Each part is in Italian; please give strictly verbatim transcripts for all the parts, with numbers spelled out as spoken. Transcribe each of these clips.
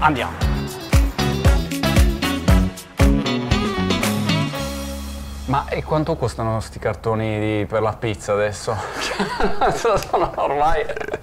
Andiamo! Ma e quanto costano sti cartoni di- per la pizza adesso? Sono ormai...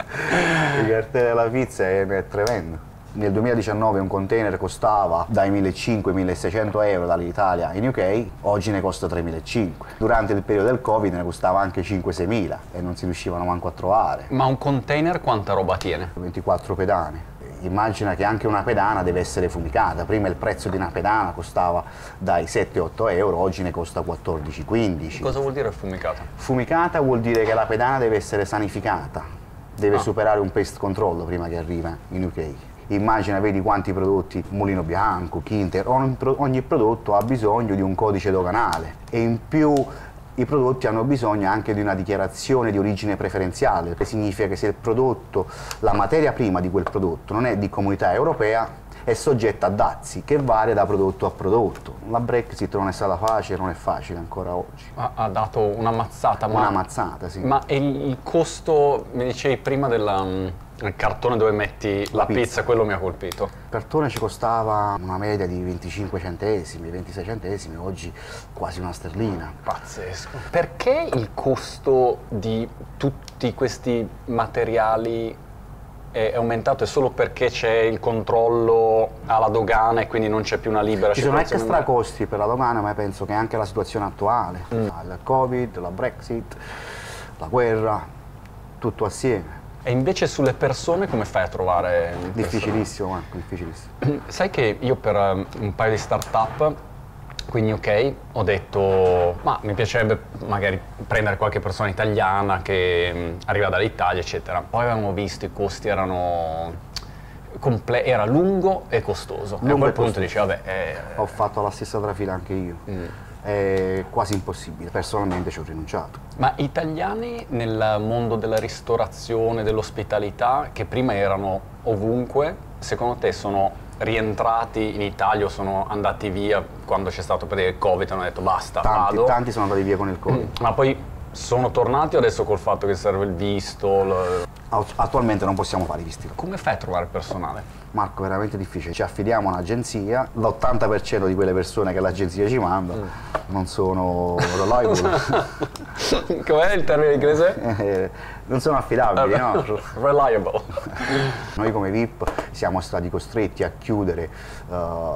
Il cartone della pizza è, è tremendo. Nel duemiladiciannove un container costava dai millecinquecento milleseicento euro dall'Italia in U K, oggi ne costa tremilacinquecento. Durante il periodo del Covid ne costava anche cinque sei mila e non si riuscivano manco a trovare. Ma un container quanta roba tiene? ventiquattro pedane. Immagina che anche una pedana deve essere fumicata. Prima il prezzo di una pedana costava dai sette otto euro, oggi ne costa quattordici quindici. Cosa vuol dire fumicata? Fumicata vuol dire che la pedana deve essere sanificata, deve Ah. superare un pest controllo prima che arriva in U K. Immagina, vedi quanti prodotti, Mulino Bianco, Kinder, ogni, pro- ogni prodotto ha bisogno di un codice doganale e in più i prodotti hanno bisogno anche di una dichiarazione di origine preferenziale, che significa che se il prodotto, la materia prima di quel prodotto non è di comunità europea, è soggetta a dazi che varia da prodotto a prodotto. La Brexit non è stata facile, non è facile ancora oggi. Ha, ha dato una mazzata, ma... Una mazzata, sì. Ma e il, il costo, mi dicevi prima del cartone dove metti la, La pizza. pizza. Quello mi ha colpito. Il cartone ci costava una media di venticinque centesimi, ventisei centesimi, oggi quasi una sterlina. Pazzesco. Perché il costo di tutti questi materiali è aumentato? È solo perché c'è il controllo alla dogana e quindi non c'è più una libera Ci sono circolazione? extra costi per la dogana, ma penso che anche la situazione attuale, Mm. il Covid, la Brexit, la guerra, tutto assieme. E invece sulle persone come fai a trovare? il Difficilissimo, Marco, difficilissimo. personale? Sai che io per um, un paio di start-up, qui in U K, ho detto ma mi piacerebbe magari prendere qualche persona italiana che mm, arriva dall'Italia, eccetera. Poi avevamo visto i costi erano... comple- era lungo e costoso. e a Lungo quel e punto costoso. dici, vabbè... eh, Ho fatto la stessa trafila anche io. mm. È quasi impossibile, personalmente ci ho rinunciato. Ma italiani nel mondo della ristorazione, dell'ospitalità, che prima erano ovunque, secondo te sono rientrati in Italia o sono andati via quando c'è stato per il Covid e hanno detto basta, Tanti, vado? tanti sono andati via con il Covid. Mm. Ma poi sono tornati adesso col fatto che serve il visto? l- At- Attualmente non possiamo fare i visti. Come fai a trovare personale? Marco, veramente difficile. Ci affidiamo a un'agenzia, l'ottanta per cento di quelle persone che l'agenzia ci manda non sono reliable, Com'è il termine inglese? eh, non sono affidabili, no? Reliable. Noi come V I P siamo stati costretti a chiudere eh,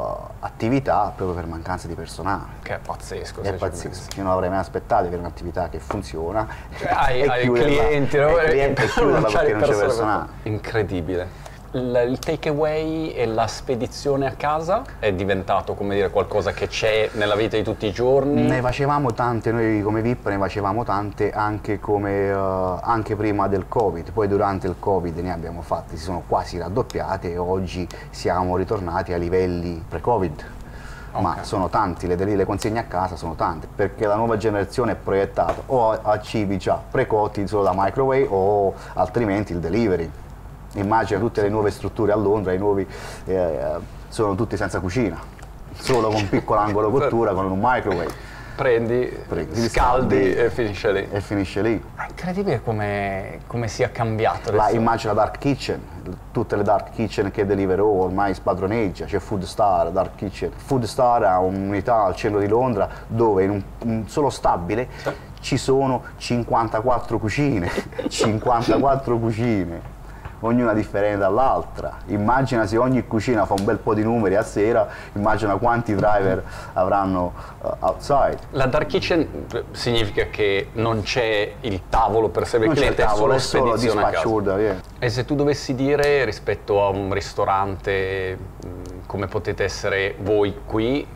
attività proprio per mancanza di personale. Che è pazzesco. È se ci pazzesco, pensi. io non avrei mai aspettato che un'attività che funziona Cioè, hai, e hai chiuderla- clienti, no? e clienti e chiuderla c'hai perché le non c'è persone personale. per- Incredibile. Il, il takeaway e la spedizione a casa è diventato, come dire, qualcosa che c'è nella vita di tutti i giorni. Ne facevamo tante, noi come V I P ne facevamo tante anche, come, eh, anche prima del Covid, poi durante il Covid ne abbiamo fatte, si sono quasi raddoppiate e oggi siamo ritornati ai livelli pre-Covid. Ma Ok. sono tanti, le, le consegne a casa sono tante, perché la nuova generazione è proiettata o a, a cibi già precotti solo da microwave o altrimenti il delivery. Immagina tutte le nuove strutture a Londra, i nuovi eh, sono tutti senza cucina, solo con un piccolo angolo cottura con un microwave. Prendi, Prendi, scaldi scaldi e finisce lì. E finisce lì. È incredibile come, come sia cambiato La, adesso. immagina Dark Kitchen, tutte le Dark Kitchen che Deliveroo ormai spadroneggia, c'è Food Star, Dark Kitchen. Food Star ha un'unità al centro di Londra dove in un, un solo stabile Sì. ci sono cinquantaquattro cucine, cinquantaquattro cucine, ognuna differente dall'altra. Immagina se ogni cucina fa un bel po' di numeri a sera, immagina quanti driver avranno uh, outside. La dark kitchen significa che non c'è il tavolo per servire il Non c'è il cliente, tavolo, è è solo solo spedizione a dispatch casa. order, yeah. E se tu dovessi dire rispetto a un ristorante mh, come potete essere voi qui,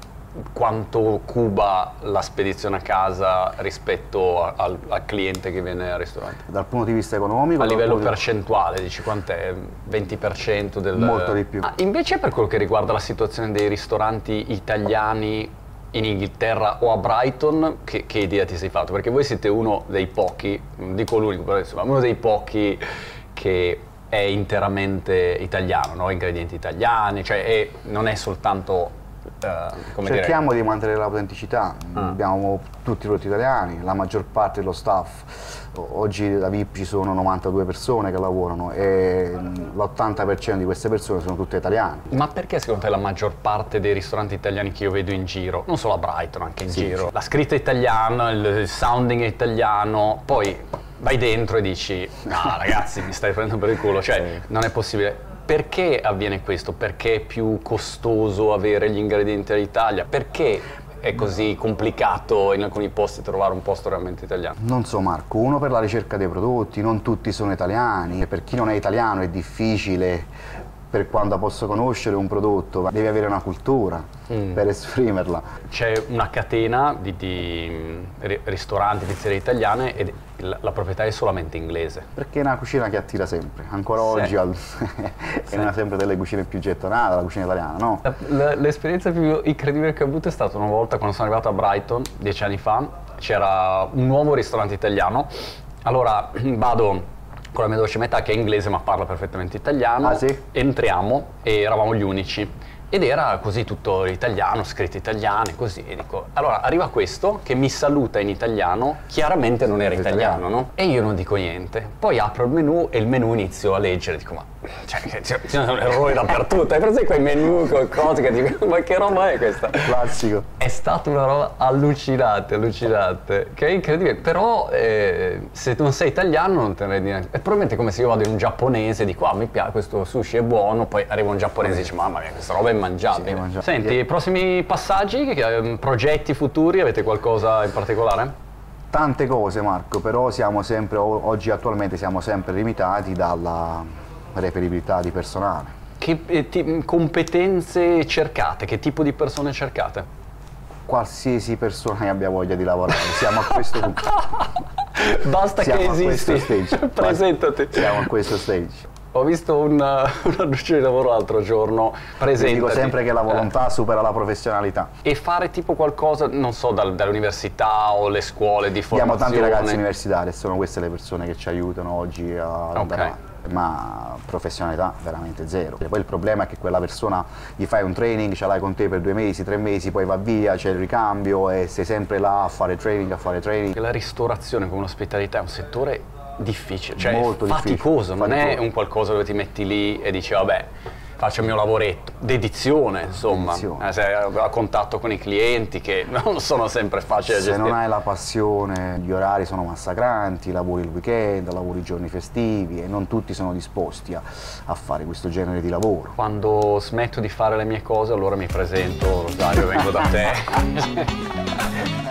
quanto cuba la spedizione a casa rispetto a- al, al cliente che viene al ristorante? Dal punto di vista economico, A dal livello punto di- percentuale, dici quant'è? venti per cento del... Molto di più. Ah, invece per quello che riguarda la situazione dei ristoranti italiani in Inghilterra o a Brighton, che, che idea ti sei fatto? Perché voi siete uno dei pochi, non dico l'unico, però insomma uno dei pochi che è interamente italiano, no? Ingredienti italiani, cioè è- non è soltanto uh, come Cerchiamo dire... di mantenere l'autenticità, Ah. abbiamo tutti i prodotti italiani, la maggior parte dello staff. Oggi da V I P ci sono novantadue persone che lavorano e l'ottanta per cento di queste persone sono tutte italiane. Ma perché secondo te la maggior parte dei ristoranti italiani che io vedo in giro, non solo a Brighton, anche in Sì, giro, sì. la scritta è italiana, il sounding è italiano, poi vai dentro e dici no ragazzi mi stai prendendo per il culo, cioè Sì. non è possibile. Perché avviene questo? Perché è più costoso avere gli ingredienti dall'Italia? Perché è così complicato in alcuni posti trovare un posto realmente italiano? Non so Marco, uno per la ricerca dei prodotti, non tutti sono italiani, per chi non è italiano è difficile per quando posso conoscere un prodotto, devi avere una cultura Mm. per esprimerla. C'è una catena di, di ri- ristoranti, pizzerie italiane e la, la proprietà è solamente inglese. Perché è una cucina che attira sempre, ancora Sì. oggi al- Sì. è una sempre delle cucine più gettonate, la cucina italiana, no? La- la- L'esperienza più incredibile che ho avuto è stata una volta quando sono arrivato a Brighton, dieci anni fa, c'era un nuovo ristorante italiano, allora vado con la mia dolce metà che è inglese ma parla perfettamente italiano, Ah, sì? entriamo e eravamo gli unici. Ed era così tutto italiano, scritte italiane, così, e dico, allora arriva questo che mi saluta in italiano, chiaramente non era italiano, no? E io non dico niente. Poi apro il menù e il menù inizio a leggere, dico, ma cioè, che- ci ci sono errori dappertutto, hai preso quei menù con cose che dico, ma che roba è questa? Classico. È stata una roba allucinante, allucinante, che è incredibile, però eh, se non sei italiano non te ne rendi neanche. È probabilmente come se io vado in un giapponese e dico, ah mi piace, questo sushi è buono, poi arriva un giapponese e dice, mamma mia, questa roba è mangiabile. Sì, è mangiabile. Senti, prossimi passaggi, che- eh, progetti futuri, avete qualcosa in particolare? Tante cose Marco, però siamo sempre, o- oggi attualmente siamo sempre limitati dalla reperibilità di personale. Che eh, ti- competenze cercate? Che tipo di persone cercate? Qualsiasi persona che abbia voglia di lavorare, siamo a questo punto. Basta Siamo che a questo esisti, stage. presentati. Siamo a questo stage. Ho visto un, un annuncio di lavoro l'altro giorno, presentati. Dico sempre che la Eh. volontà supera la professionalità. E fare tipo qualcosa, non so, dal- dall'università o le scuole di Abbiamo formazione. tanti ragazzi universitari e sono queste le persone che ci aiutano oggi a andare avanti. Ma professionalità veramente zero. E poi il problema è che quella persona gli fai un training, ce l'hai con te per due mesi, tre mesi, poi va via, c'è il ricambio e sei sempre là a fare training, a fare training. La ristorazione come l'ospitalità è un settore difficile, cioè Molto faticoso, difficile, non è faticoso. un qualcosa dove ti metti lì e dici vabbè, faccio il mio lavoretto. Dedizione, insomma, Dedizione. Eh, sei a contatto con i clienti che non sono sempre facili da Se gestire. non hai la passione, gli orari sono massacranti, lavori il weekend, lavori i giorni festivi e non tutti sono disposti a, a fare questo genere di lavoro. Quando smetto di fare le mie cose allora mi presento, Rosario, vengo da te.